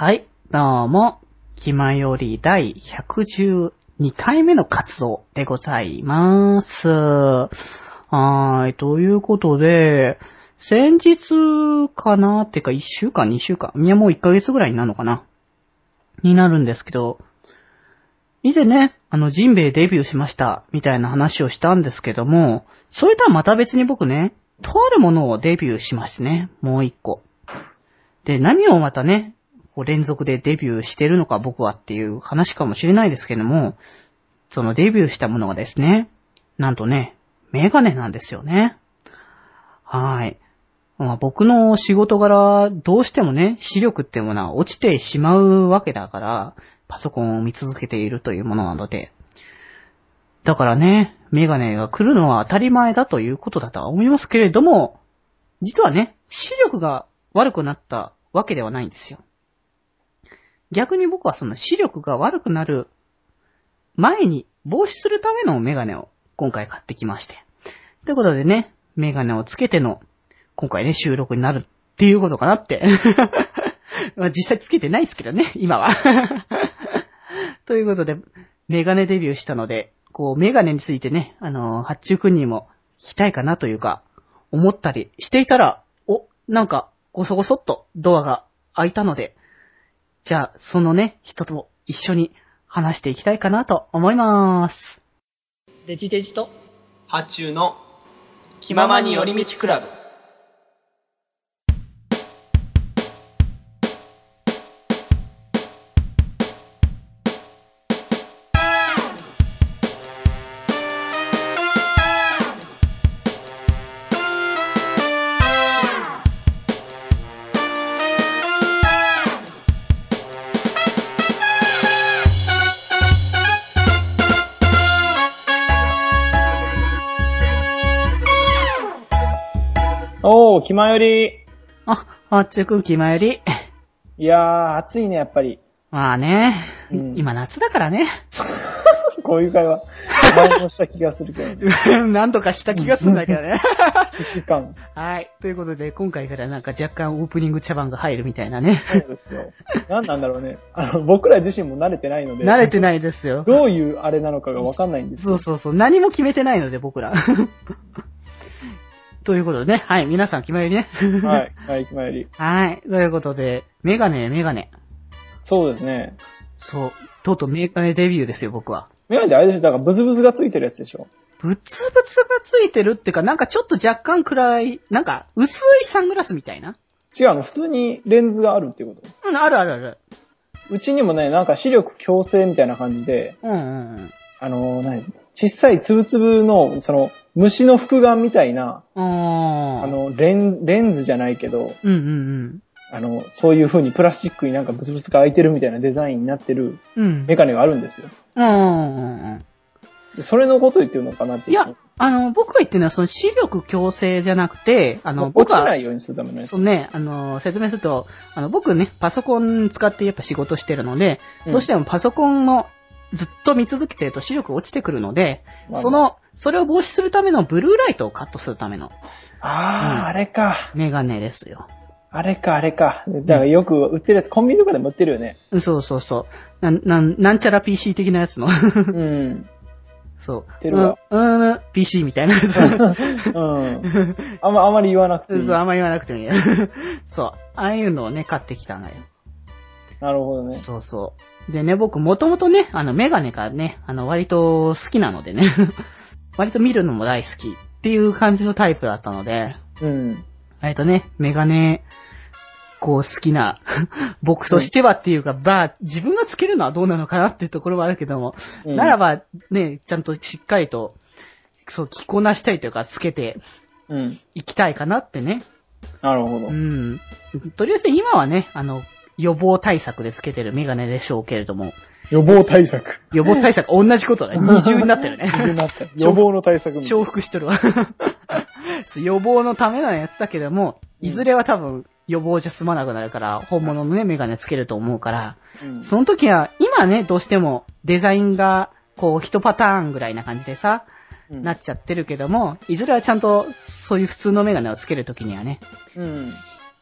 はい、どうも、気まより第112回目の活動でございます。ということで、先日かなってか1週間、2週間、いやもう1ヶ月ぐらいになるのかなになるんですけど、以前ね、ジンベエデビューしました、みたいな話をしたんですけども、それとはまた別に僕ね、とあるものをデビューしましてね、もう一個。で、何をまたね、連続でデビューしてるのか僕はっていう話かもしれないですけども、そのデビューしたものがですね、なんとね、メガネなんですよね。はい。僕の仕事柄、どうしてもね、視力ってものは落ちてしまうわけだから、パソコンを見続けているというものなので。だからね、メガネが来るのは当たり前だということだとは思いますけれども、実はね、視力が悪くなったわけではないんですよ。逆に僕はその視力が悪くなる前に防止するためのメガネを今回買ってきまして。ということでね、メガネをつけての今回ね収録になるっていうことかなって。まあ実際つけてないですけどね、今は。ということで、メガネデビューしたので、メガネについてね、八中くんにも聞きたいかなというか、思ったりしていたら、なんか、ごそごそっとドアが開いたので、じゃあ、そのね、人と一緒に話していきたいかなと思います。デジデジと、 八中の気ままに寄り道クラブ。 気まより。 八中くん気まより。 いやー、暑いね、やっぱり。 まあね、今夏だからね。 こういう会話、前もした気がするけど。 何とかした気がするんだけどね。 既視感。 はい。ということで、今回からなんか若干オープニング茶番が入るみたいなね。 そうですよ。何なんだろうね。僕ら自身も慣れてないので。 慣れてないですよ。 どういうあれなのかがわかんないんですよ。 そう。何も決めてないので、僕ら。ということでね、はい、皆さん決まりね。 はい、決まり。 はい、ということで、メガネ。 そうですね。 そう、とうとうメガネデビューですよ、僕は。 メガネってあれでしょ、だからブツブツがついてるやつでしょ。 ブツブツがついてるっていうか、なんかちょっと若干暗い、なんか薄いサングラスみたいな。 違うの、普通にレンズがあるっていうこと。 ある。 うちにもね、なんか視力矯正みたいな感じで、小さいつぶつぶの、虫の複眼みたいな、レンズじゃないけど、そういう風にプラスチックになんかブツブツが開いてるみたいなデザインになってるメガネがあるんですよ。それのこと言ってるのかなって。 いや、僕が言ってるのはその視力矯正じゃなくて、 落ちないようにするためのやつ。 そうね、説明すると、僕ね、パソコン使ってやっぱ仕事してるので、どうしてもパソコンのずっと見続けてると視力落ちてくるので、それを防止するためのブルーライトをカットするための。 あれか。 メガネですよ。 あれか。だからよく売ってるやつ、コンビニとかでも売ってるよね。 そう。なんちゃら PC 的なやつの。そう。PC みたいなやつ。 あんまり言わなくていい。 そう、あんまり言わなくてもいい。そう。ああいうのをね、買ってきたのよ。 なるほどね。 そう。でね、僕もともとね、メガネがね、割と好きなのでね。割と見るのも大好きっていう感じのタイプだったので。割とね、メガネ、好きな、僕としてはっていうか、自分がつけるのはどうなのかなっていうところはあるけども、ならばね、ちゃんとしっかりと、着こなしたいというか、つけて、いきたいかなってね。 なるほど。 とりあえず今はね、予防対策でつけてるメガネでしょうけれども。 予防対策、 同じことだね。二重になってるね。 二重になった。予防の対策みたいな。 重複してるわ。予防のためのやつだけども、いずれは多分予防じゃ済まなくなるから、本物のね、メガネつけると思うから、その時は、今ね、どうしてもデザインが、一パターンぐらいな感じでさ、なっちゃってるけども、いずれはちゃんとそういう普通のメガネをつけるときにはね、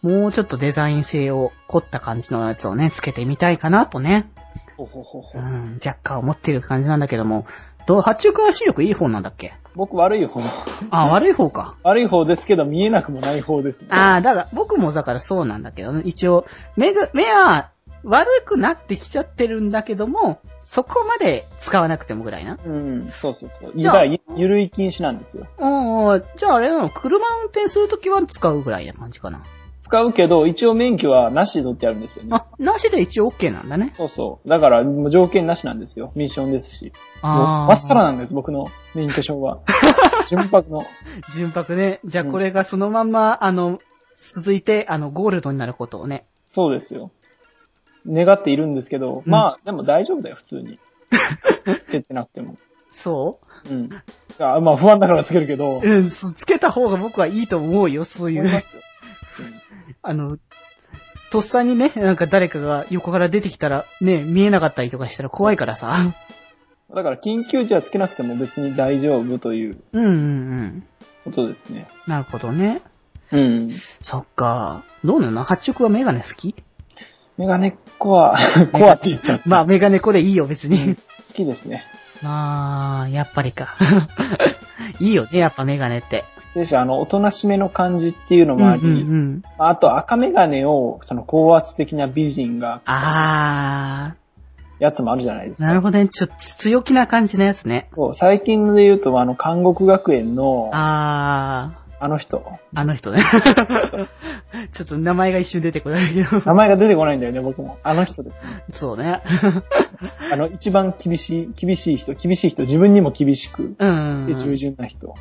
もうちょっとデザイン性を凝った感じのやつをね、つけてみたいかなとね。若干思ってる感じなんだけども、発注君は視力いい方なんだっけ？ 僕悪い方。 悪い方か。 悪い方ですけど、見えなくもない方ですね。 だから、僕もだからそうなんだけどね。一応、目は悪くなってきちゃってるんだけども、そこまで使わなくてもぐらいな。 そう。じゃあ、ゆるい禁止なんですよ。 じゃああれなの、車運転するときは使うぐらいな感じかな。 使うけど、一応免許はなしで取ってあるんですよね。 なしで一応 OK なんだね。 そう。だから、もう条件なしなんですよ。ミッションですし。まっさらなんです、僕の免許証は。純白の。 純白ね。じゃあこれがそのまんま、続いて、ゴールドになることをね。 そうですよ。願っているんですけど、でも大丈夫だよ、普通に。つけてなくても。 そう？ 不安だからつけるけど。 つけた方が僕はいいと思うよ、そういう。とっさにね、なんか誰かが横から出てきたら、ね、見えなかったりとかしたら怖いからさ。 だから緊急時はつけなくても別に大丈夫という。ことですね。 なるほどね。そっか。どうなの？発色はメガネ好き？ メガネっ子は、コアって言っちゃった。 メガネっ子でいいよ、別に。 好きですね。 やっぱりか。いいよね、やっぱメガネって。 おとなしめの感じっていうのもあり、あと赤メガネを、高圧的な美人が、やつもあるじゃないですか。 なるほどね。ちょっと強気な感じのやつね。 そう、最近で言うと、韓国学園の、あの人ね。 ちょっと名前が一瞬出てこないけど。 名前が出てこないんだよね、僕も。あの人ですね。 そうね。 一番厳しい人、自分にも厳しく、で従順な人。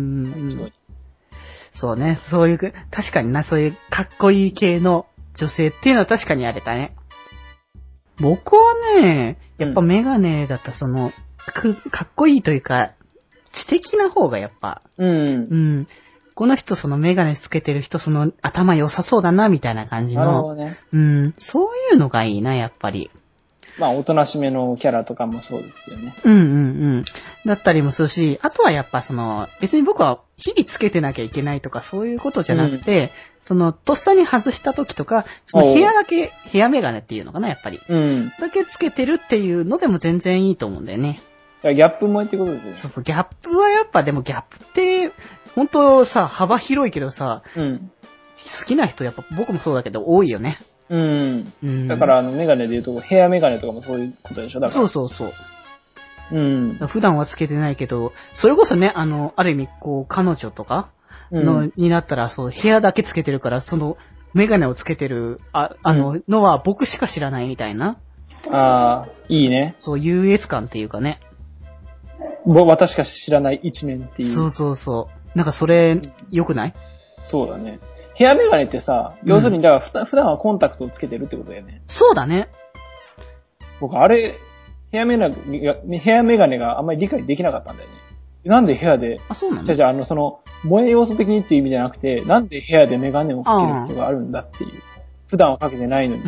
そうね、そういう、確かにな、そういうかっこいい系の女性っていうのは確かにあれだね。僕はね、やっぱメガネだったらかっこいいというか、知的な方がやっぱ、この人メガネつけてる人頭良さそうだなみたいな感じの、そういうのがいいな、やっぱり。 おとなしめのキャラとかもそうですよね。 だったりもするし、あとはやっぱ別に僕は日々つけてなきゃいけないとかそういうことじゃなくて、とっさに外した時とか、部屋だけ、部屋メガネっていうのかな、やっぱり。だけつけてるっていうのでも全然いいと思うんだよね。 ギャップ萌えってことですよね。 そう、ギャップはやっぱでもギャップって、本当さ、幅広いけどさ、好きな人やっぱ僕もそうだけど多いよね。 だからメガネで言うと、ヘアメガネとかもそういうことでしょ？だから。 そう。普段はつけてないけど、それこそね、ある意味、彼女とかになったら、部屋だけつけてるから、メガネをつけてる、のは僕しか知らないみたいな。 いいね。 そう、優越感っていうかね。 私しか知らない一面っていう。 そう。なんかそれ、良くない？ そうだね。ヘアメガネってさ、要するに、だから普段はコンタクトをつけてるってことだよね。 そうだね。 僕、ヘアメガネがあんまり理解できなかったんだよね。なんで部屋で、 そうなんだ。じゃあ、萌え要素的にっていう意味じゃなくて、なんで部屋でメガネをかける必要があるんだっていう。普段はかけてないのに。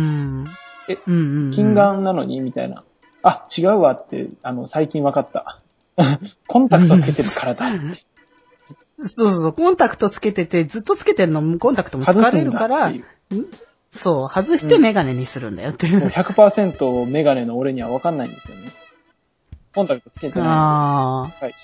近眼なのにみたいな。違うわって、最近分かった。コンタクトつけてるからだって。 そう、コンタクトつけてて、ずっとつけてるのコンタクトも疲れるから、そう、外してメガネにするんだよっていう。 100% メガネの俺には分かんないんですよね。コンタクトつけてないんで。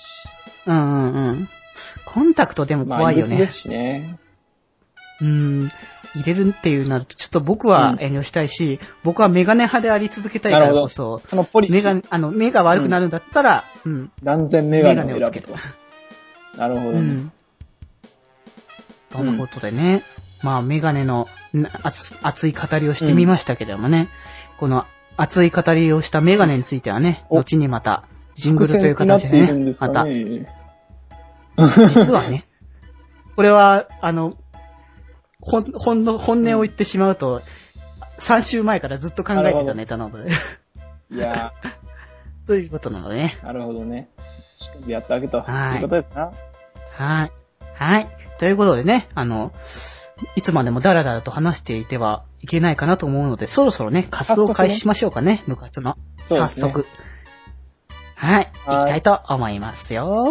コンタクトでも怖いよね。 異物ですしね。 入れるっていうなると、ちょっと僕は遠慮したいし、僕はメガネ派であり続けたいからこそ、目が悪くなるんだったら、 断然メガネを選ぶと。なるほどね。 ということでね、メガネの熱い語りをしてみましたけれどもね、この熱い語りをしたメガネについてはね、後にまた、ジングルという形でね、また、実はね、これは、本音を言ってしまうと、3週前からずっと考えてたネタなので。 いやということなのでね。 なるほどね。仕組んでやってあげと。いうことですな。 はい。ということでね、いつまでもダラダラと話していてはいけないかなと思うので、そろそろね、活動開始しましょうかね、部活の。早速。はい。行きたいと思いますよ。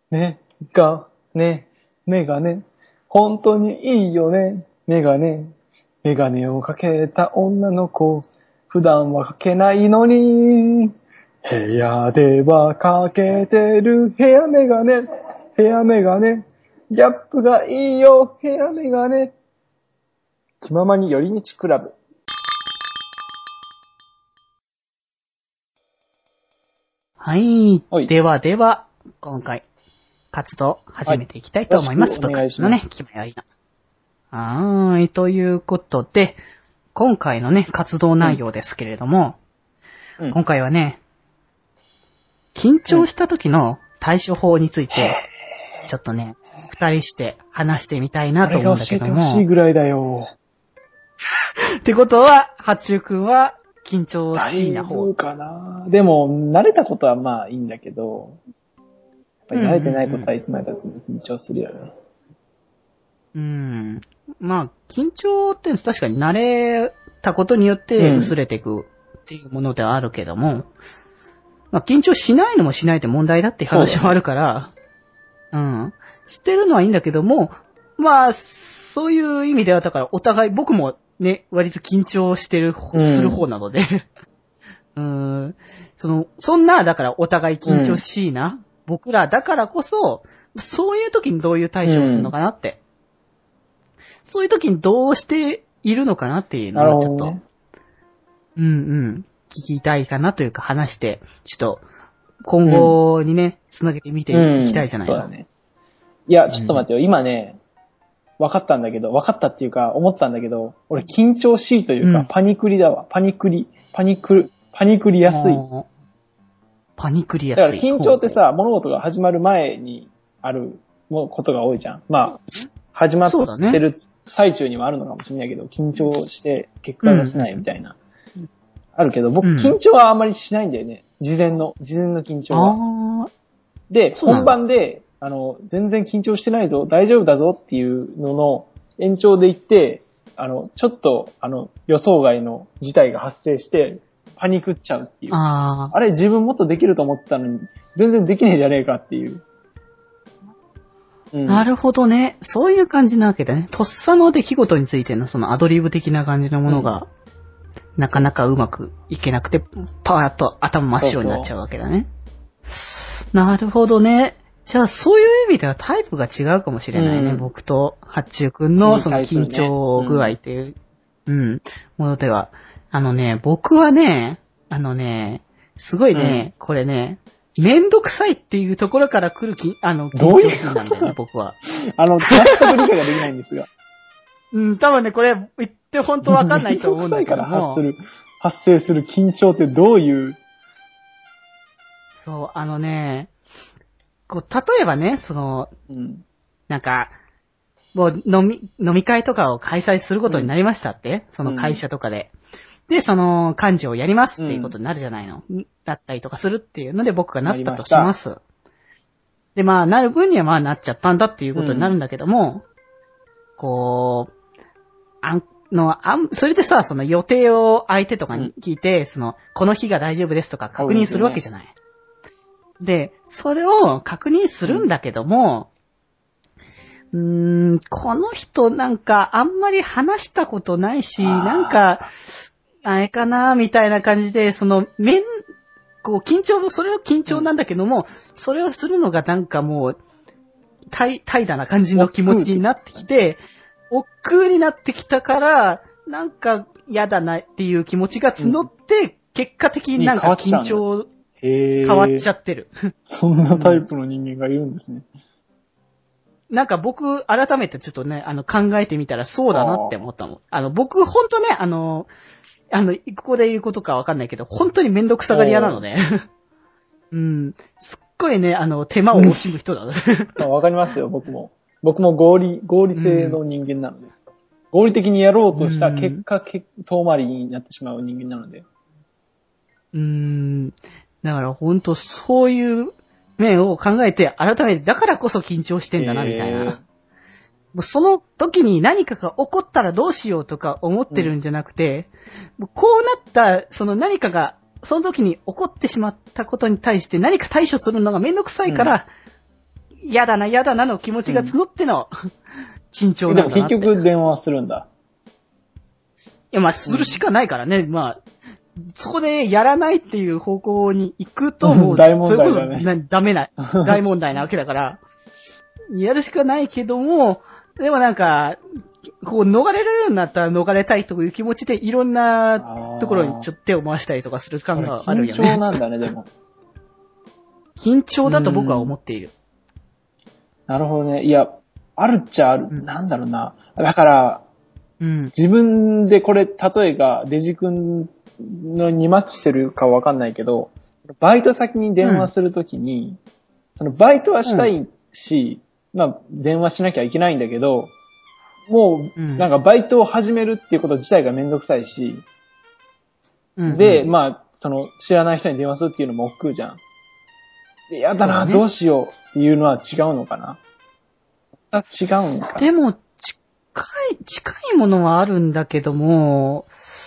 メガネ、メガネ、本当にいいよね、メガネ。メガネをかけた女の子、普段はかけないのに、部屋ではかけてるヘアメガネ、ヘアメガネ、ギャップがいいよ、ヘアメガネ。気ままに寄り道クラブ。 はい。では、今回、活動始めていきたいと思います。部活のね、気まよりの。ということで、今回のね、活動内容ですけれども、今回はね、緊張した時の対処法について、ちょっとね、二人して話してみたいなと思うんだけども。 教えてほしいぐらいだよ。 ってことは、八中くんは緊張しいな方。 大丈夫かな。でも、慣れたことはまあいいんだけど、やっぱり慣れてないことはいつまで経っても緊張するよね。 まあ、緊張って確かに慣れたことによって薄れていくっていうものではあるけども、まあ、緊張しないのもしないって問題だっていう話もあるから、知ってるのはいいんだけども、まあ、そういう意味では、だからお互い、僕もね、割と緊張してる、する方なので、そんな、だからお互い緊張しいな、僕らだからこそ、そういう時にどういう対処をするのかなって、そういう時にどうしているのかなっていうのをちょっと、聞きたいかなというか話して、ちょっと、今後にね、つなげてみていきたいじゃないか。 そうだね。いや、ちょっと待ってよ。今ね、分かったっていうか、思ったんだけど、俺緊張しいというか、パニクリだわ。パニクリやすい。 パニクリやすい。 だから緊張ってさ、物事が始まる前にあることが多いじゃん。まあ、始まってる最中にもあるのかもしれないけど、緊張して結果が出せないみたいな。あるけど、僕、緊張はあんまりしないんだよね。事前の緊張は。で、本番で、全然緊張してないぞ、大丈夫だぞっていうのの延長で言って、ちょっと、予想外の事態が発生して、パニクっちゃうっていう。あれ、自分もっとできると思ってたのに、全然できねえじゃねえかっていう。 なるほどね。そういう感じなわけだね。とっさの出来事についてのそのアドリブ的な感じのものが、なかなかうまくいけなくて、パワーと頭真っ白になっちゃうわけだね。なるほどね。じゃあそういう意味ではタイプが違うかもしれないね。僕と八中くんのその緊張具合っていう、ものでは。僕はね、すごいね、これね、めんどくさいっていうところから来る緊張心なんだよね、僕は。 全く理解ができないんですが。 多分ね、これ言って本当わかんないと思うんだけども。 発生する緊張ってどういう？ そう、例えばね、なんか、もう飲み会とかを開催することになりましたって、その会社とかで。で、幹事をやりますっていうことになるじゃないの。だったりとかするっていうので僕がなったとします。で、まあ、なる分にはまあなっちゃったんだっていうことになるんだけども、それでさ、その予定を相手とかに聞いて、この日が大丈夫ですとか確認するわけじゃない。で、それを確認するんだけども、この人なんかあんまり話したことないし、なんか、あれかなみたいな感じで、緊張、それは緊張なんだけども、それをするのがなんかもう、怠惰な感じの気持ちになってきて、億劫になってきたから、なんか嫌だなっていう気持ちが募って、結果的になんか緊張変わっちゃってる。 そんなタイプの人間がいるんですね。 なんか僕、改めてちょっとね、考えてみたらそうだなって思ったの。僕、ほんとね、ここで言うことかわかんないけど、本当にめんどくさがり屋なので。すっごいね、手間を惜しむ人だね。 わかりますよ、僕も。僕も合理性の人間なので。合理的にやろうとした結果、遠回りになってしまう人間なので。 だから本当そういう面を考えて、改めてだからこそ緊張してんだな、みたいな。もうその時に何かが起こったらどうしようとか思ってるんじゃなくて、もうこうなった、何かが、その時に起こってしまったことに対して何か対処するのがめんどくさいから、 嫌だなの気持ちが募っての、緊張なんだなって。 でも結局電話するんだ。 いや、まあ、するしかないからね。まあ、そこでやらないっていう方向に行くと、もう、 大問題だね。 それこそダメな、大問題なわけだから、やるしかないけども、でもなんか、こう逃れるようになったら逃れたいという気持ちでいろんなところにちょっと手を回したりとかする感があるよね。 緊張なんだね、でも。 緊張だと僕は思っている。 なるほどね。いや、あるっちゃある。なんだろうな。だから、自分でこれ、例えがデジ君のにマッチしてるかわかんないけど、バイト先に電話するときに、そのバイトはしたいし、まあ、電話しなきゃいけないんだけど、もう、なんかバイトを始めるっていうこと自体がめんどくさいし、で、まあ、その、知らない人に電話するっていうのも億劫じゃん。で、やだな、どうしようっていうのは違うのかな。違うんか。 でも、近いものはあるんだけども、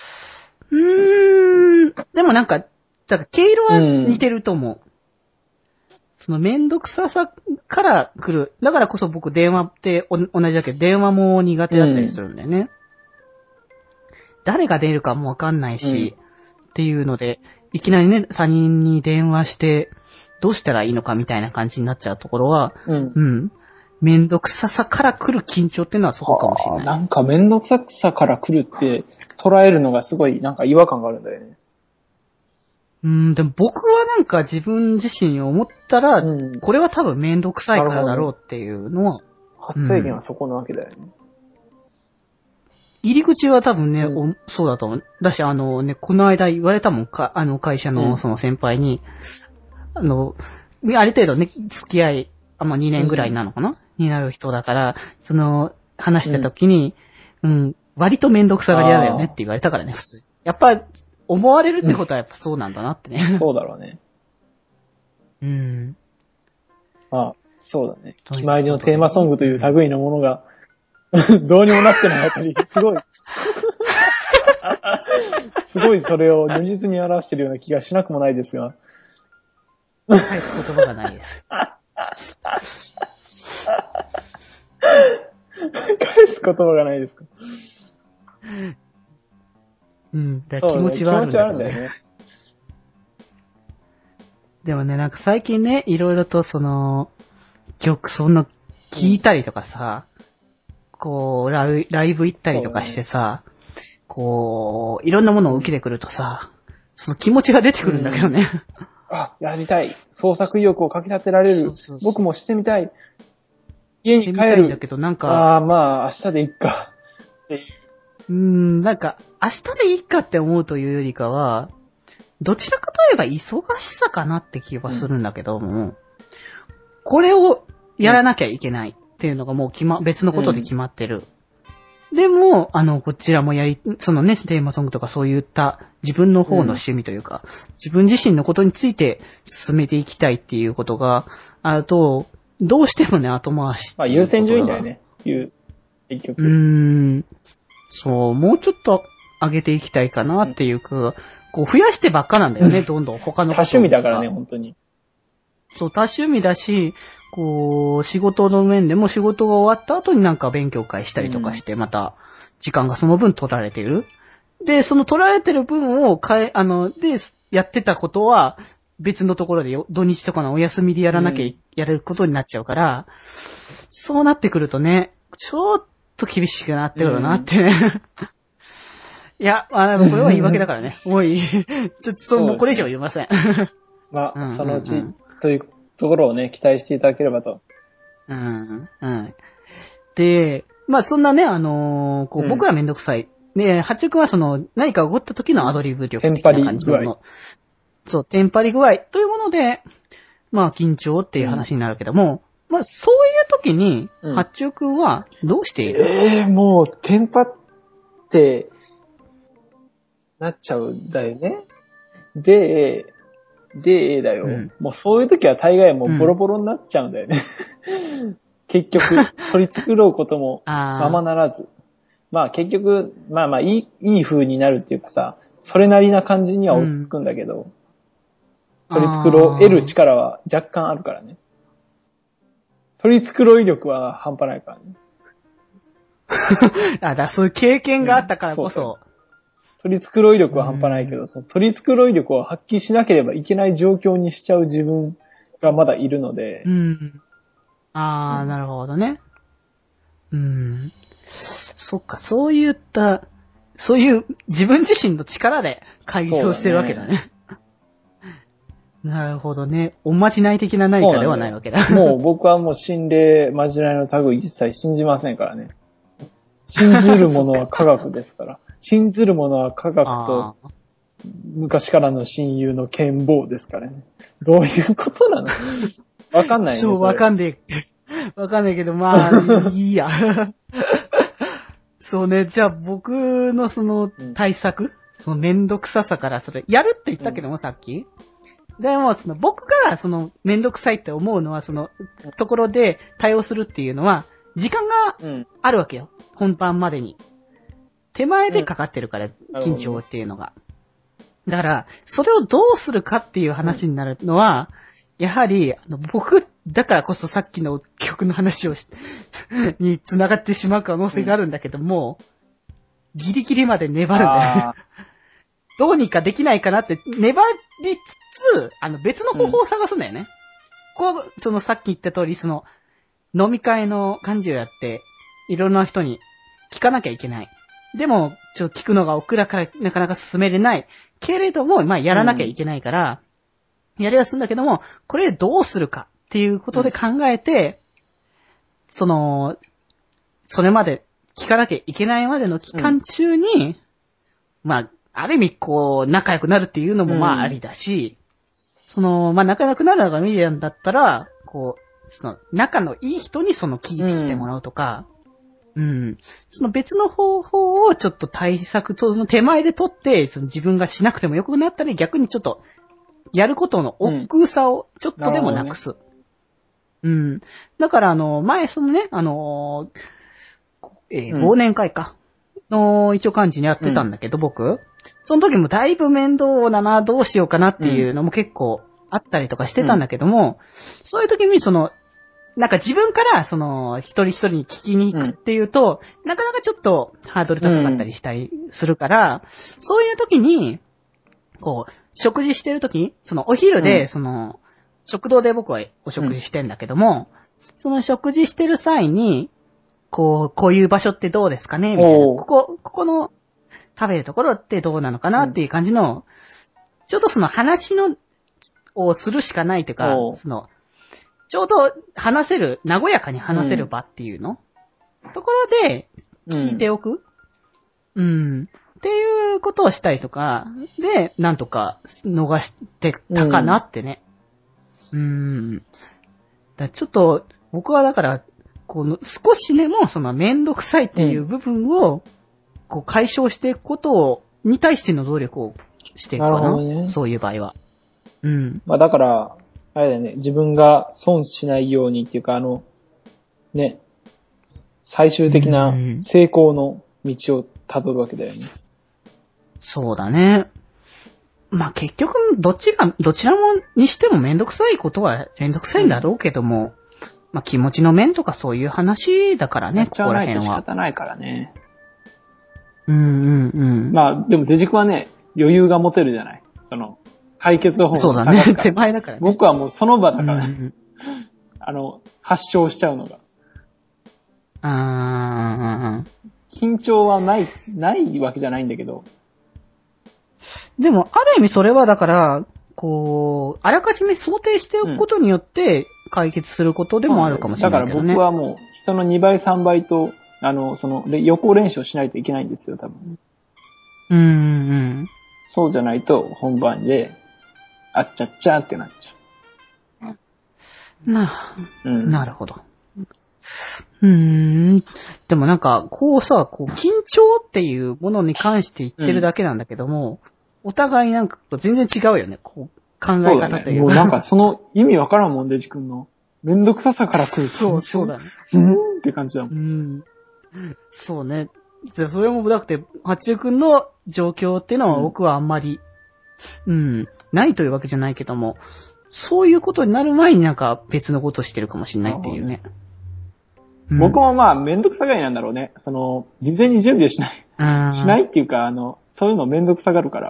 でもなんか、だから毛色は似てると思う。そのめんどくささから来る。だからこそ僕電話って同じだけど、電話も苦手だったりするんだよね。誰が出るかもわかんないし、っていうので、いきなりね、他人に電話して、どうしたらいいのかみたいな感じになっちゃうところは、めんどくささから来る緊張っていうのはそこかもしれない。 なんかめんどくささから来るって捉えるのがすごいなんか違和感があるんだよね。 でも僕はなんか自分自身思ったら、これは多分めんどくさいからだろうっていうのは。 発生源はそこなわけだよね。 入り口は多分ね、そうだと思う。だし、この間言われたもんか、会社のその先輩に、ある程度ね、付き合い、まあ、2年ぐらいなのかな、になる人だから、話した時に、割とめんどくさがり屋だよねって言われたからね、普通。やっぱ、思われるってことはやっぱそうなんだなってね。 そうだろうね。まあ、そうだね。決まりのテーマソングという類のものが、どうにもなってないあたり、すごい。すごいそれを如実に表しているような気がしなくもないですが。 返す言葉がないです。 返す言葉がないですか。 だから気持ちはあるんだけどね。気持ちはあるんだよね。でもね、なんか最近ね、いろいろと曲そんな聞いたりとかさ、こう、ライブ行ったりとかしてさ、こう、いろんなものを受けてくるとさ、その気持ちが出てくるんだけどね。 やりたい。創作意欲をかき立てられる。僕もしてみたい。家に帰る。してみたいんだけど、なんか。まあ、明日でいっか。っていう。 なんか、明日でいいかって思うというよりかは、どちらかといえば忙しさかなって気はするんだけども、これをやらなきゃいけないっていうのがもう別のことで決まってる。でも、こちらもそのね、テーマソングとかそういった自分の方の趣味というか、自分自身のことについて進めていきたいっていうことがあると、どうしてもね、後回し。 まあ、優先順位だよね。結局。 そう、もうちょっと上げていきたいかなっていうか、こう増やしてばっかなんだよね、どんどん他のこと。 多趣味だからね、本当に。 そう、多趣味だし、こう、仕事の面でも仕事が終わった後になんか勉強会したりとかして、また、時間がその分取られている。で、その取られてる分をで、やってたことは、別のところで土日とかのお休みでやらなきゃやれることになっちゃうから、そうなってくるとね、ちょっと厳しくなってくるなってね。いや、これは言い訳だからね。もういい。ちょっともうこれ以上言いません。 まあ、そのうちというところをね、期待していただければと。 で、まあそんなね、僕らめんどくさい。ね、八くんは何か起こった時のアドリブ力的な感じのもの。そう、テンパり具合というもので、まあ緊張っていう話になるけども、まあそういう時に、八くんはどうしている？ もう、テンパって、なっちゃうんだよね。で、だよ、もうそういう時は大概もうボロボロになっちゃうんだよね。結局、取り繕うこともままならず。まあ結局、まあいい風になるっていうかさ、それなりな感じには落ち着くんだけど、取り繕える力は若干あるからね。 取り繕い力は半端ないからね。 だからそういう経験があったからこそ。 取り繕い力は半端ないけど、その取り繕い力を発揮しなければいけない状況にしちゃう自分がまだいるので。 なるほどね。そっか、そういう自分自身の力で開業してるわけだね。なるほどね。おまじない的な何かではないわけだ。 もう僕はもう心霊、まじないの類一切信じませんからね。信じるものは科学ですから。信ずるものは科学と昔からの親友の剣謀ですからね。どういうことなの？わかんないね。 そう、わかんねえけど、まあ、いいや。そうね、じゃあ僕のその対策、そのめんどくささからそれ、やるって言ったけども、さっき。でも、僕がめんどくさいって思うのは、ところで対応するっていうのは、時間があるわけよ。本番までに。手前でかかってるから、緊張っていうのが。だから、それをどうするかっていう話になるのは、やはり、僕、だからこそさっきの曲の話に繋がってしまう可能性があるんだけども、ギリギリまで粘るんだよね。どうにかできないかなって粘りつつ、別の方法を探すんだよね。さっき言った通り、飲み会の幹事をやって、いろんな人に聞かなきゃいけない。でも、ちょっと聞くのが億だからなかなか進めれない。けれども、まあ、やらなきゃいけないから、やりはするんだけども、これどうするかっていうことで考えて、それまで聞かなきゃいけないまでの期間中に、まあ、ある意味、仲良くなるっていうのもまあありだし、まあ、仲良くなるのがミディアンだったら、仲のいい人に聞いてきてもらうとか、別の方法をちょっと対策、手前で取って、自分がしなくてもよくなったり、逆にちょっと、やることの億劫さをちょっとでもなくす。だから、前忘年会か。一応幹事にやってたんだけど、僕。その時もだいぶ面倒だな、どうしようかなっていうのも結構あったりとかしてたんだけども、そういう時になんか自分から一人一人に聞きに行くっていうと、なかなかちょっとハードル高かったりしたりするから、そういう時に、食事してる時、お昼で、食堂で僕はお食事してんだけども、食事してる際に、こういう場所ってどうですかねみたいな。ここの食べるところってどうなのかなっていう感じの、ちょっと話をするしかないというか、ちょうど和やかに話せる場っていうの、ところで聞いておく、っていうことをしたりとか、で、なんとか逃してたかなってね。ちょっと、僕はだから、少しでもめんどくさいっていう部分を、解消していくことに対しての努力をしていくかな。ね、そういう場合は。 まあだから、あれだよね、自分が損しないようにっていうか、ね、最終的な成功の道を辿るわけだよね。 そうだね。まあ結局、どちらにしてもめんどくさいことはめんどくさいんだろうけども、まあ気持ちの面とかそういう話だからね、ここら辺は。 仕方ないからね。 まあでもデジ君はね、余裕が持てるじゃない。解決方法。 そうだね、手前だからね。 僕はもうその場だからね。発症しちゃうのが。緊張はないわけじゃないんだけど。 でも、ある意味それはだから、あらかじめ想定しておくことによって、解決することでもあるかもしれないけどね。 だから僕はもう、人の2倍、3倍と、予行練習をしないといけないんですよ、多分。そうじゃないと、本番で、あっちゃっちゃってなっちゃう。なるほど。でもなんか、緊張っていうものに関して言ってるだけなんだけども、お互いなんか全然違うよね、考え方というか。 そうだね、もうなんか意味わからんもん、デジ君の。めんどくささから来る。 そうだね。 って感じだもん。 そうね。それもだって、八中君の状況っていうのは僕はあんまり、ないというわけじゃないけども、 そういうことになる前になんか別のことしてるかもしれないっていうね。 僕もまあ、めんどくさがりなんだろうね。事前に準備をしない。しないっていうか、そういうのめんどくさがるから。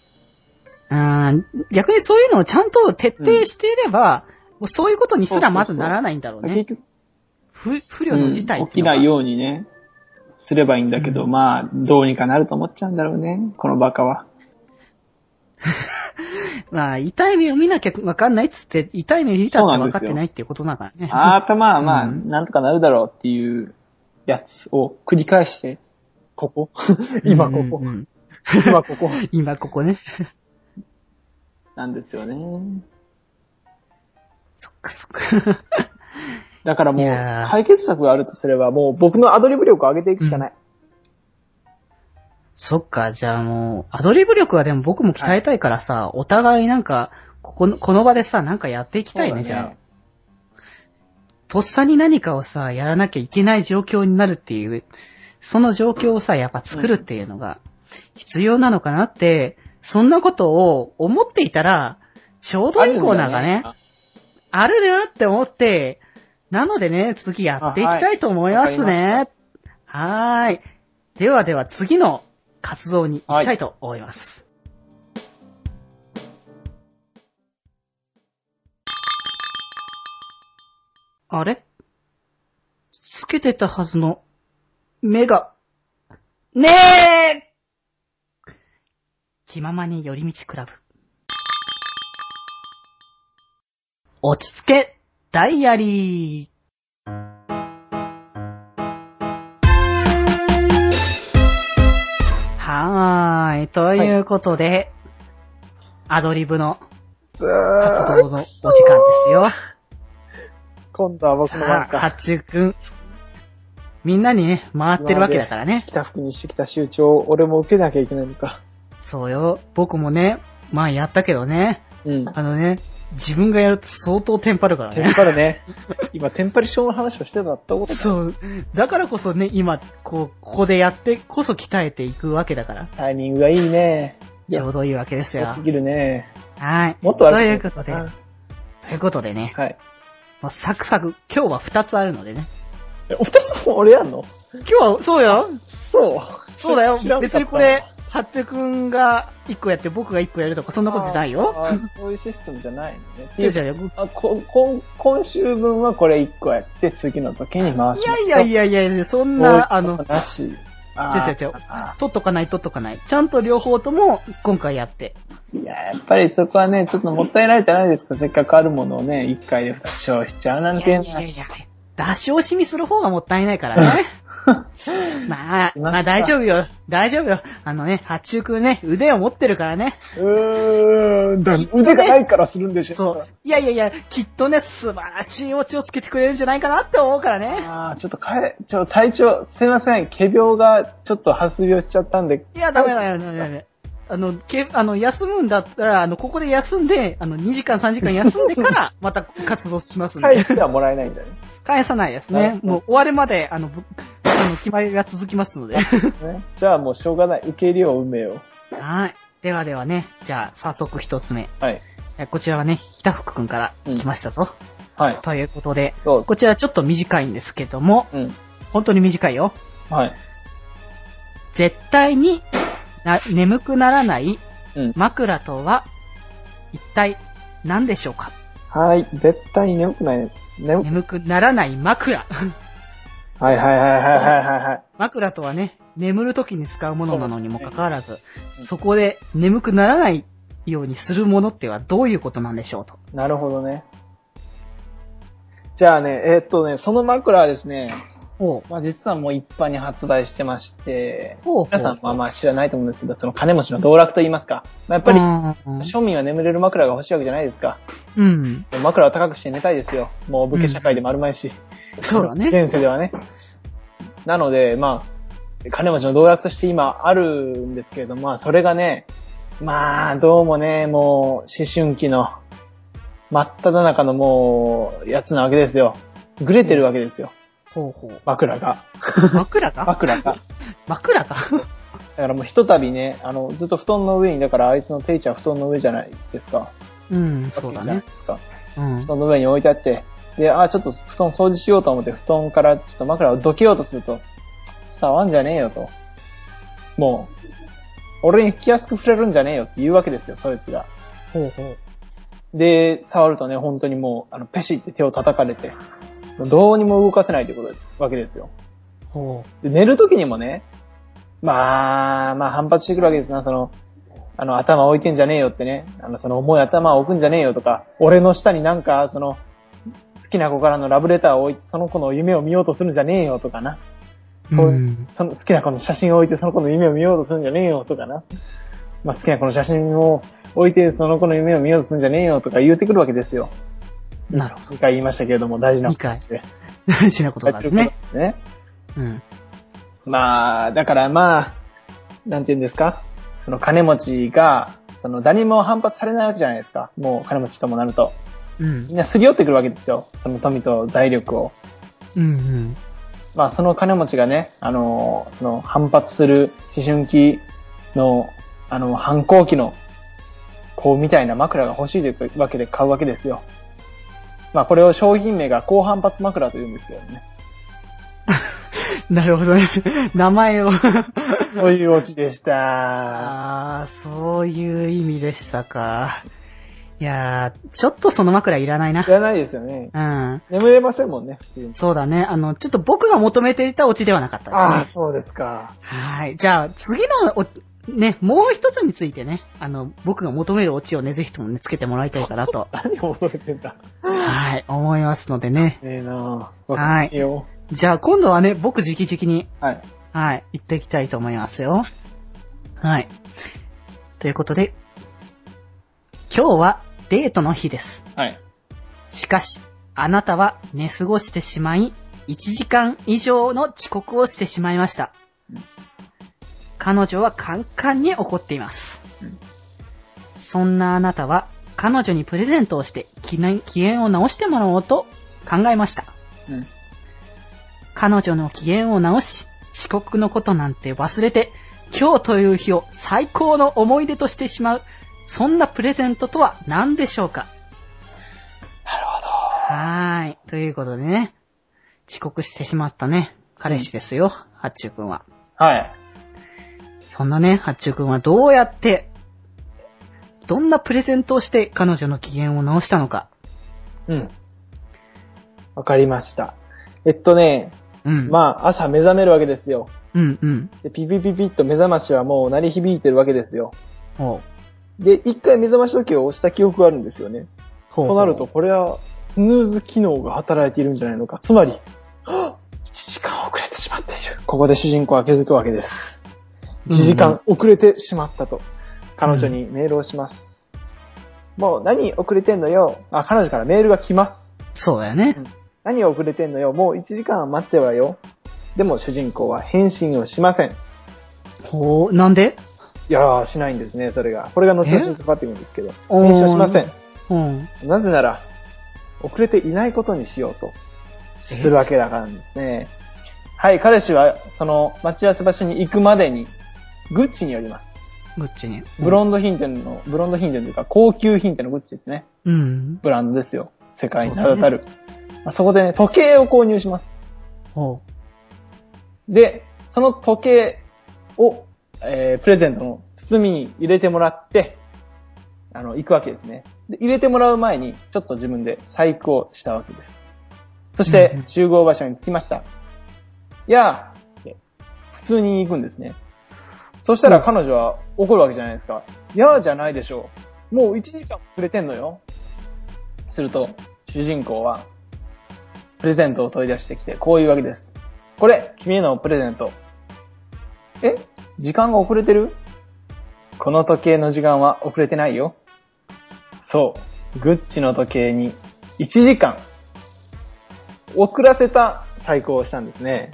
逆にそういうのをちゃんと徹底していれば、もうそういうことにすらまずならないんだろうね。結局不慮の事態っていうのが、起きないようにね、すればいいんだけど、まあ、どうにかなると思っちゃうんだろうね、このバカは。 まあ、痛い目を見なきゃわかんないっつって、痛い目見たって分かってないっていうことだからね。 頭はまあ、なんとかなるだろうっていうやつを繰り返して、ここ今ここ。今ここ。 今ここね。 なんですよね。 そっかそっか。 だからもう、解決策があるとすれば、もう僕のアドリブ力を上げていくしかない。 そっか、じゃあもう、アドリブ力はでも僕も鍛えたいからさ、お互いなんか、この場でさ、なんかやっていきたいね、じゃあ。とっさに何かをさ、やらなきゃいけない状況になるっていう、その状況をさ、やっぱ作るっていうのが必要なのかなって、そんなことを思っていたら、ちょうどいいコーナーがね、あるなって思って、なのでね、次やっていきたいと思いますね。はーい。ではでは次の活動に行きたいと思います。あれ？つけてたはずの目が、ねえ！気ままに寄り道クラブ。落ち着けダイアリー。はーい。ということで、アドリブの活動のお時間ですよ。 今度は僕の番か。 八中くん。みんなにね、回ってるわけだからね。 来た服にしてきた集長を俺も受けなきゃいけないのか。 そうよ。僕もね、まあやったけどね。自分がやると相当テンパるからね。 テンパるね。今、テンパり症の話をしてたってことだ。 そう。だからこそね、今、ここでやってこそ鍛えていくわけだから。 タイミングがいいね。 ちょうどいいわけですよ。 すぎるね。 はい。 もっとということでね。 はい。 もうサクサク、今日は2つあるのでね。 お二つも俺やんの？ 今日は、そうよ。そうだよ。別にこれ、八中くんが1個やって僕が1個やるとかそんなことじゃないよ。 そういうシステムじゃないのね。 違う。 今週分はこれ1個やって次の時に回します。 いや、そんな、 なし。違う。 取っとかない。ちゃんと両方とも今回やって。 いや、やっぱりそこはね、ちょっともったいないじゃないですか。せっかくあるものをね、1回で2つ消費しちゃうなんていうのは。 いや、出し惜しみする方がもったいないからね。まあ大丈夫よ。八中くんね、腕を持ってるからね。 腕がないからするんでしょ。 そう。いや、きっとね、素晴らしいオチをつけてくれるんじゃないかなって思うからね。 ちょっと体調、すいません、仮病がちょっと発病しちゃったんで。 いや、ダメ。休むんだったら、ここで休んで、2時間3時間休んでから、また活動しますんで。 返してはもらえないんだね。 返さないですね。もう終わるまで、決まりが続きますので。 じゃあもうしょうがない。受け入れよう、運命を。 はい。ではね、じゃあ早速一つ目。 はい。 こちらはね、北福くんから来ましたぞ。 はい。 ということで、こちらちょっと短いんですけども、本当に短いよ。 はい。 絶対に眠くならない枕とは一体何でしょうか？ はい。絶対に眠くならない枕。 はい。 枕とはね、眠るときに使うものなのにもかかわらず、そこで眠くならないようにするものってはどういうことなんでしょうと。 なるほどね。じゃあね、その枕はですね、実はもう一般に発売してまして、皆さんは知らないと思うんですけど、その金持ちの道楽と言いますか。やっぱり、庶民は眠れる枕が欲しいわけじゃないですか。枕を高くして寝たいですよ。もう武家社会でもあるまいし。 そうだね。 現世ではね。なので、金持ちの道楽として今あるんですけれども、それがね、どうもね、もう思春期の真っ只中のもう、やつなわけですよ。ぐれてるわけですよ。枕が。 枕がだからもうひとたびね、ずっと布団の上に、だからあいつの定位置は布団の上じゃないですか。 うん、そうだね。 うん。布団の上に置いてあって、で、ちょっと布団掃除しようと思って布団からちょっと枕をどけようとすると、触んじゃねえよと。もう、俺に気安く触れるんじゃねえよって言うわけですよ、そいつが。 ほうほう。 で、触るとね、本当にもう、ペシって手を叩かれて、どうにも動かせないというわけですよ。 ほう。で、寝るときにもね、まあ、反発してくるわけですな、頭置いてんじゃねえよってね、重い頭を置くんじゃねえよとか、俺の下になんか、好きな子からのラブレターを置いて、その子の夢を見ようとするんじゃねえよとかな。その好きな子の写真を置いて、その子の夢を見ようとするんじゃねえよとかな。好きな子の写真を置いて、その子の夢を見ようとするんじゃねえよとか言うてくるわけですよ。 なるほど。 2回言いましたけれども、大事なことですね。大事なことなんですね。うん。 だからなんて言うんですか、金持ちが、誰も反発されないわけじゃないですか。もう金持ちともなると。 うん。 みんなすり寄ってくるわけですよ。その富と財力を。 うんうん。 その金持ちがね、反発する思春期の、反抗期の子みたいな枕が欲しいというわけで買うわけですよ。これを商品名が高反発枕と言うんですけどね。 なるほどね。名前を。 そういうオチでした。 そういう意味でしたか。いやー、ちょっとその枕いらないな。 いらないですよね。 うん。 眠れませんもんね、普通に。 そうだね。ちょっと僕が求めていたオチではなかったですね。 そうですか。 はい。じゃあ、次のね、もう一つについてね、僕が求めるオチをね、ぜひともね、つけてもらいたいかなと。 何を求めてんだ。 はい、思いますのでね。 はい。 じゃあ、今度はね、僕直々に。 はい。 はい、行っていきたいと思いますよ。はい。ということで、今日はデートの日です。 はい。 しかし、あなたは寝過ごしてしまい、1時間以上の遅刻をしてしまいました。彼女はカンカンに怒っています。そんなあなたは彼女にプレゼントをして機嫌を直してもらおうと考えました。彼女の機嫌を直し、遅刻のことなんて忘れて、今日という日を最高の思い出としてしまう、そんなプレゼントとは何でしょうか？ なるほど。ということでね、遅刻してしまったね、彼氏ですよ、ハッチューくんは。 はい。 そんなね、ハッチューくんはどうやって、どんなプレゼントをして彼女の機嫌を直したのか。 わかりました。朝目覚めるわけですよ。で、ピピピピッと目覚ましはもう鳴り響いてるわけですよ。で、一回目覚まし時計を押した記憶があるんですよね。となると、これはスヌーズ機能が働いているんじゃないのか。つまり、1時間遅れてしまっている。ここで主人公は気づくわけです。1時間遅れてしまったと、彼女にメールをします。もう何遅れてんのよ。彼女からメールが来ます。 そうだよね。 何遅れてんのよ。もう1時間待ってはよ。でも主人公は返信をしません。 なんで？ いやー、しないんですね、それが。これが後々にかかってくるんですけど。返信をしません。なぜなら、遅れていないことにしようとするわけだからなんですね。はい、彼氏はその待ち合わせ場所に行くまでに、グッチに寄ります。 グッチに。 ブロンド品店というか、高級品店のグッチですね。ブランドですよ。世界に名だたる。そこでね、時計を購入します。で、その時計を、プレゼントの包みに入れてもらって、行くわけですね。で、入れてもらう前に、ちょっと自分で細工をしたわけです。そして、集合場所に着きました。普通に行くんですね。そしたら彼女は怒るわけじゃないですか。じゃないでしょう。もう1時間遅れてんのよ。すると、主人公は、プレゼントを取り出してきて、こういうわけです。これ、君へのプレゼント。時間が遅れてる？この時計の時間は遅れてないよ。そう、グッチの時計に1時間遅らせた細工をしたんですね。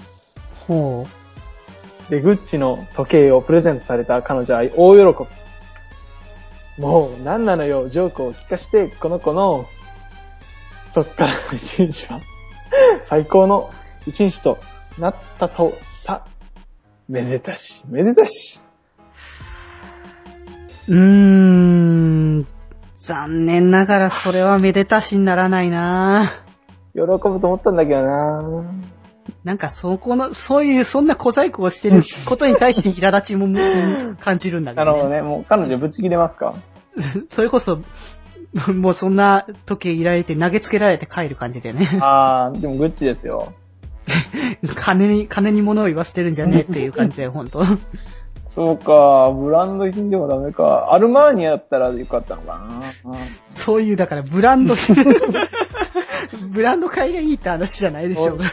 で、グッチの時計をプレゼントされた彼女は大喜び。もう、何なのよ、ジョークを聞かして、この子の、そっからの一日は、最高の一日となったとさ。めでたし、めでたし。 残念ながらそれはめでたしにならないな。 喜ぶと思ったんだけどな。 なんかそんな小細工をしてることに対して苛立ちも感じるんだけど、ね。 なるほどね。もう彼女ぶち切れますか？ それこそ、もうそんな時計いられて投げつけられて帰る感じでね。 あー、でもグッチですよ。 金に物を言わせてるんじゃねえっていう感じだよ、ほんと。 そうか、ブランド品でもダメか。アルマーニやったらよかったのかな。 そういう、だからブランド買いがいいって話じゃないでしょう。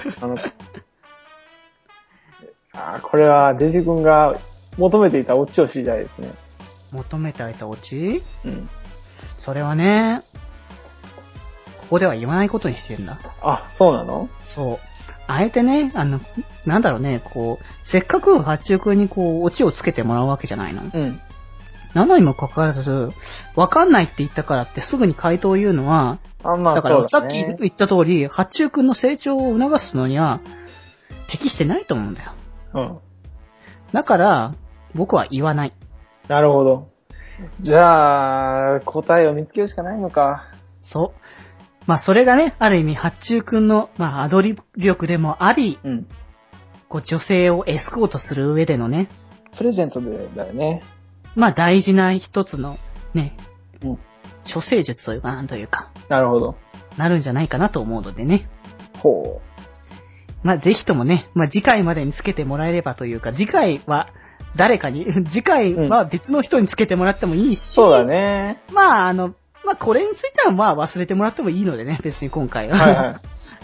これはデジ君が求めていたオチを知りたいですね。 求めていたオチ？ うん。 それはね、ここでは言わないことにしてるんだ。 あ、そうなの？ そう。あえてね、なんだろうね、せっかく八中くんにオチをつけてもらうわけじゃないの。 うん。 なのにもかかわらず、わかんないって言ったからってすぐに回答を言うのは、だからさっき言った通り、八中くんの成長を促すのには、適してないと思うんだよ。 うん。 だから、僕は言わない。 なるほど。じゃあ、答えを見つけるしかないのか。 そう。まあ、それがね、ある意味、八中くんの、まあ、アドリブ力でもあり、 うん。 女性をエスコートする上でのね。 プレゼントでだよね。 まあ、大事な一つの、ね。 うん。 処世術というか、なんというか。 なるほど。 なるんじゃないかなと思うのでね。 ほう。 まあ、ぜひともね、まあ、次回までにつけてもらえればというか、次回は誰かに、次回は別の人につけてもらってもいいし、 そうだね。 まあ、まあ、これについてはまあ忘れてもらってもいいのでね、別に今回は。 はいはい。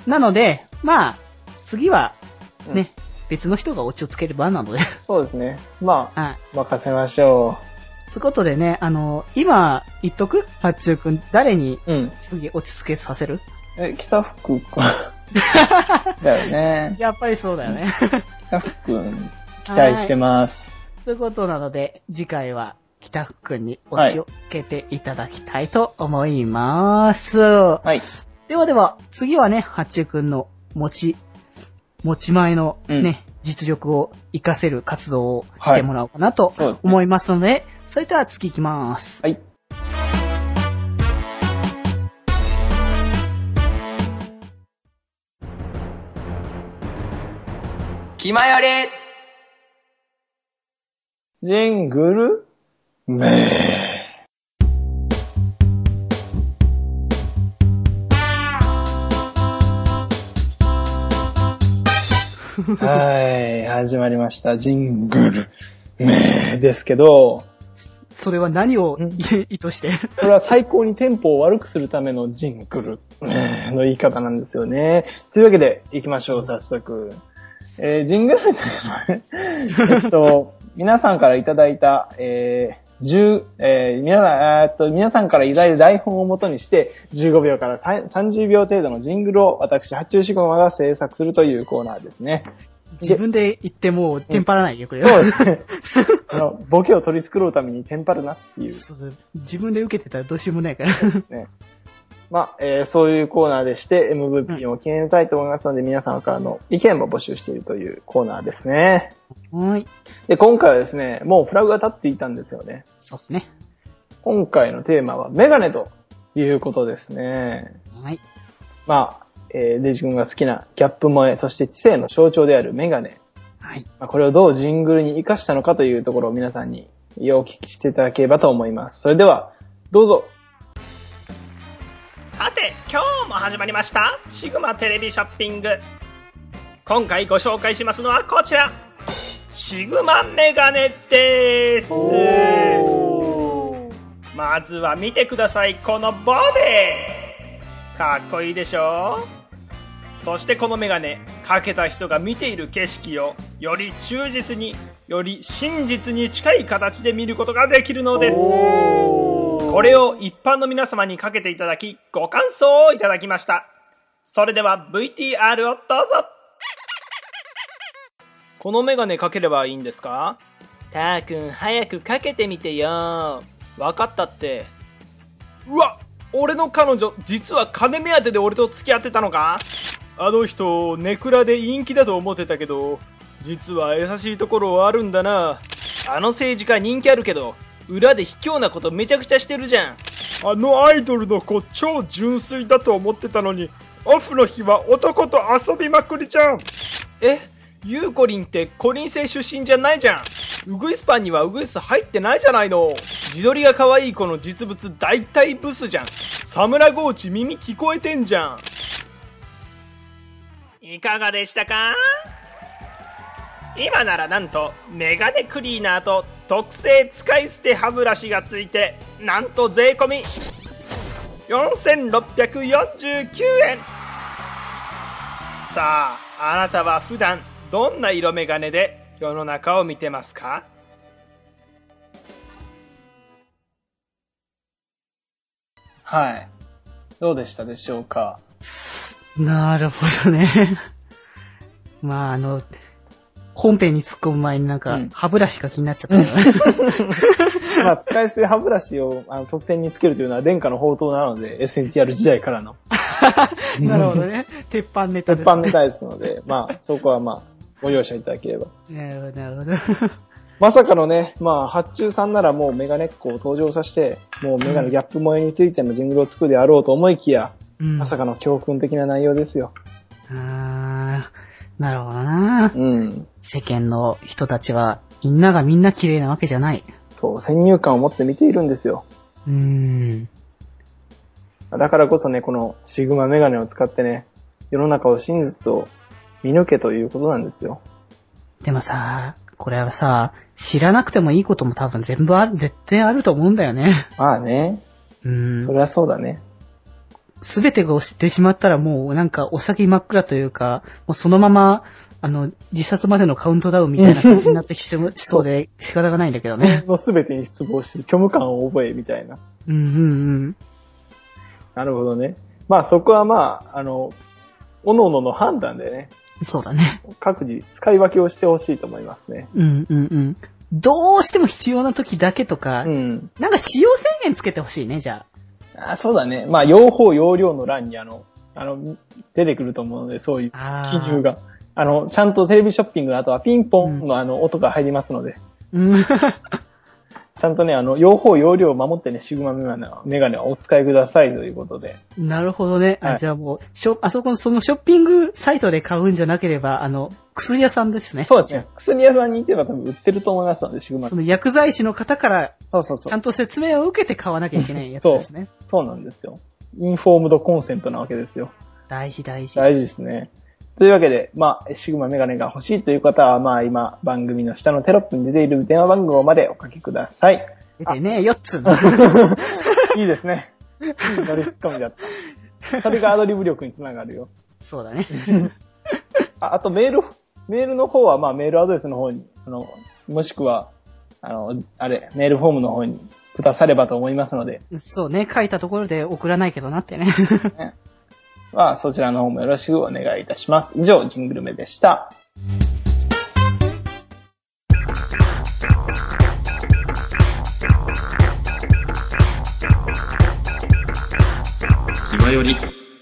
なので、まあ、次はね、別の人がオチをつける番なので。 そうですね。まあ、 はい。 任せましょつことでね、今言っとく？八中くん、誰に次落ち着けさせる？ 北福くん。だよね。 やっぱりそうだよね。 北福くん、期待してます。 ということなので、次回は北福くんにオチをつけていただきたいと思います。 はい。 では、次はね、八中くんの持ち前のね、実力を活かせる活動をしてもらおうかなと思いますので、それでは次行きます。 はい。 気まよりジングルめはい、始まりました。ジングルめですけど、 それは何を意図してこれは最高にテンポを悪くするためのジングルの言い方なんですよね。というわけで、行きましょう、早速。ジングルというのは、皆さんからいただいた、皆さんからいただいた台本を元にして、15秒から30秒程度のジングルを私、八中シゴマが制作するというコーナーですね。 自分で言ってもテンパらないよ、これ。 そうですね。ボケを取り繕うためにテンパるなっていう。 そう自分で受けてたらどうしようもないから。 ね。まあ、そういうコーナーでして MVP を決めたいと思いますので、皆さんからの意見も募集しているというコーナーですね。 はい。 で、今回はですね、もうフラグが立っていたんですよね。 そうですね。 今回のテーマはメガネということですね。 はい。 まあ、デジ君が好きなギャップ萌え、そして知性の象徴であるメガネ。 はい。 まあ、これをどうジングルに活かしたのかというところを皆さんにお聞きしていただければと思います。それでは、どうぞ。 さて、今日も始まりましたシグマテレビショッピング。今回ご紹介しますのはこちら、シグマメガネです。まずは見てください、このボディかっこいいでしょ。そしてこのメガネ、かけた人が見ている景色をより忠実に、より真実に近い形で見ることができるのです。これを一般の皆様にかけていただき、ご感想をいただきました。それでは VTR をどうぞ。このメガネかければいいんですか？たーくん、早くかけてみてよ。わかったって。うわ、俺の彼女、実は金目当てで俺と付き合ってたのか？あの人、ネクラで陰気だと思ってたけど、実は優しいところはあるんだな。あの政治家人気あるけど、裏で卑怯なことめちゃくちゃしてるじゃん。 あのアイドルの子超純粋だと思ってたのに、オフの日は男と遊びまくりじゃん。ゆうこりんってコリン星出身じゃないじゃん。ウグイスパンにはウグイス入ってないじゃないの。自撮りが可愛い子の実物大体ブスじゃん。サムラゴーチ耳聞こえてんじゃん。いかがでしたか？今ならなんとメガネクリーナーと特製使い捨て歯ブラシがついて、なんと税込み4649円。さあ、あなたは普段どんな色メガネで世の中を見てますか？ はい。どうでしたでしょうか？ なるほどね。まあ本編に突っ込む前に歯ブラシが気になっちゃったからね。 まあ、使い捨て歯ブラシを得点につけるというのは殿下の宝刀なので、SNTR 時代からの。 なるほどね。鉄板ネタですね。 鉄板ネタですので、まあ、そこはまあ、ご容赦いただければ。 なるほど、なるほど。 まさかのね、まあ、発注さんならもうメガネっ子を登場させて、もうメガネギャップ萌えについてのジングルを作るであろうと思いきや、まさかの教訓的な内容ですよ。 なるほどな。世間の人たちは、みんながみんな綺麗なわけじゃない。 そう、先入観を持って見ているんですよ。だからこそね、このシグマメガネを使ってね、世の中を真実を見抜けということなんですよ。 でもさ、これはさ、知らなくてもいいことも多分絶対あると思うんだよね。 まあね。それはそうだね。 すべてが知ってしまったらもうお先真っ暗というか、もうそのまま、自殺までのカウントダウンみたいな感じになってきそうで仕方がないんだけどね。 すべてに失望し、虚無感を覚えみたいな。なるほどね。まあそこはまあ、おのおのの判断でね。 そうだね。 各自使い分けをしてほしいと思いますね。 どうしても必要な時だけとか、使用制限つけてほしいね、じゃあ。そうだね。まあ、用法用量の欄に出てくると思うので、そういう記入が。ちゃんとテレビショッピングの後はピンポンの音が入りますので。ちゃんとね、用法用量を守ってね、シグマメガネはお使いくださいということで。 なるほどね。はい、じゃあもう、あそこのそのショッピングサイトで買うんじゃなければ、薬屋さんですね。 そうですね。薬屋さんに行けば多分売ってると思いますので、シグマ。 その薬剤師の方から、ちゃんと説明を受けて買わなきゃいけないやつですね。 そうなんですよ。インフォームドコンセントなわけですよ。 大事。 大事ですね。というわけで、まあ、シグマメガネが欲しいという方は、まあ今、番組の下のテロップに出ている電話番号までおかけください。 出てねえよっつうの。 いいですね。乗り込みだった。それがアドリブ力につながるよ。 そうだね。 あとメールの方は、まあメールアドレスの方に、もしくは、メールフォームの方にくださればと思いますので。 そうね、書いたところで送らないけどなってね。 まあ、そちらの方もよろしくお願いいたします。以上、ジングルメでした。 気まより。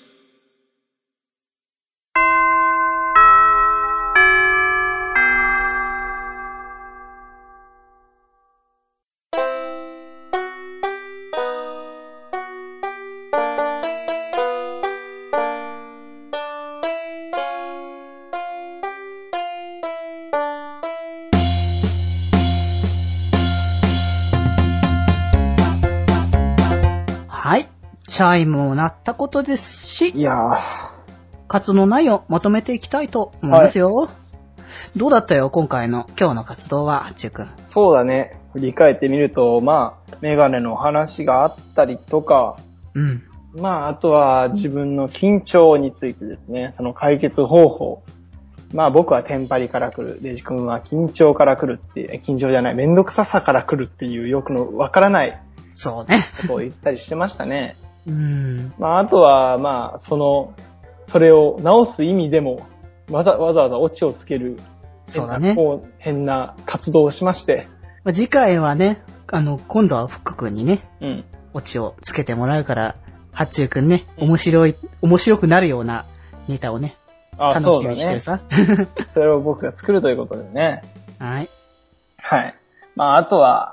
チャイムも鳴ったことですし、活動内容まとめていきたいと思いますよ。はい、どうだったよ、今日の活動は、ちゅうくん。 そうだね。振り返ってみると、まあ、メガネの話があったりとか、まあ、あとは自分の緊張についてですね、その解決方法。まあ、僕はテンパりから来る。デジ君は緊張から来るって、緊張じゃない、めんどくささから来るっていうよくのわからないそうね。 ことを言ったりしてましたね。まあ、あとは、まあ、それを直す意味でも、わざわざオチをつける、 そうだね。 変な活動をしまして。 まあ、次回はね、今度は福くんにね、オチをつけてもらうから、ハッチューくんね、面白くなるようなネタをね、楽しみにしてるさ。 それを僕が作るということでね。 はい。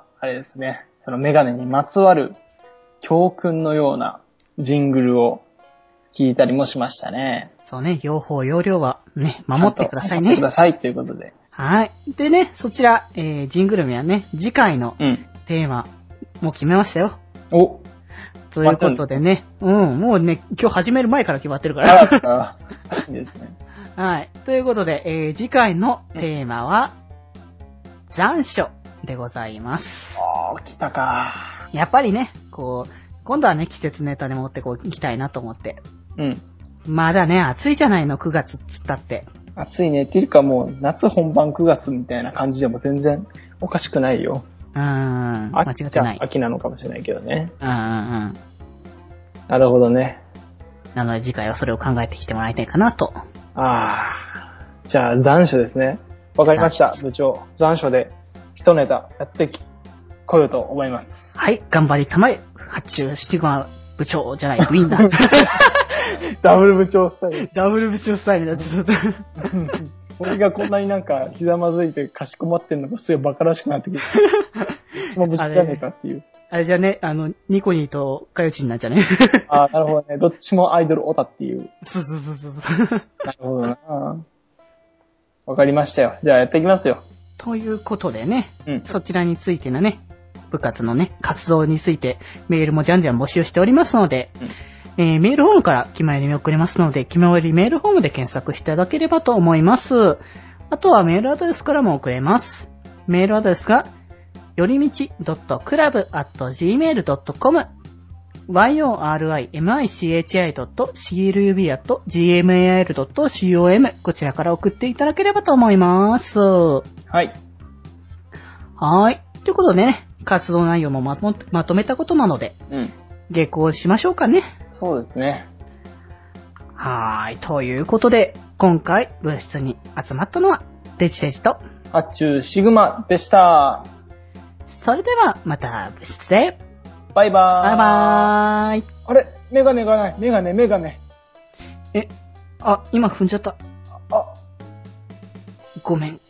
はい。まあ、あとは、あれですね、そのメガネにまつわる教訓のようなジングルを聞いたりもしましたね。 そうね、用法用量はね、守ってくださいね。 守ってくださいということで。 はい。でね、そちら、ジングル名はね、次回のテーマ、もう決めましたよ。 おということでね、もうね、今日始める前から決まってるから。 いいですね。 はい。ということで、次回のテーマは、残暑でございます。 来たか。 やっぱりね、今度はね、季節ネタで持って行きたいなと思って。まだね、暑いじゃないの、9月っつったって。 暑いね。っていうかもう、夏本番9月みたいな感じでも全然おかしくないよ。 間違ってない。 秋なのかもしれないけどね。 なるほどね。 なので次回はそれを考えてきてもらいたいかなと。 じゃあ残暑ですね。わかりました、部長。残暑で一ネタやってこようと思います。 はい、頑張りたまえ。発注してまう部長じゃない、部員だ。 ダブル部長スタイル。 ダブル部長スタイルだ、ちょっと。 俺がこんなになんかひざまずいてかしこまってんのがすごいバカらしくなってきて。どっちも部長じゃねえかっていう。 あれじゃね、ニコニーとかよちになっちゃね。 なるほどね。どっちもアイドルオタっていう。 そう。 なるほどな。わかりましたよ。じゃあやっていきますよ。 ということでね、そちらについてのね、部活のね、活動についてメールもじゃんじゃん募集しておりますので、メールフォームから気まより送れますので、気まよりメールフォームで検索していただければと思います。あとはメールアドレスからも送れます。メールアドレスが、よりみち.club@gmail.com yorimichi.club.gmail.com こちらから送っていただければと思います。 はい。 ということでね、活動内容もまとめたことなので、下校しましょうかね。 そうですね。 ということで、今回部室に集まったのは、デジデジと、 発注シグマでした。 それでは、また部室で、 バイバーイ。 バイバーイ。 あれメガネがない。メガネ。 今踏んじゃった。ごめん。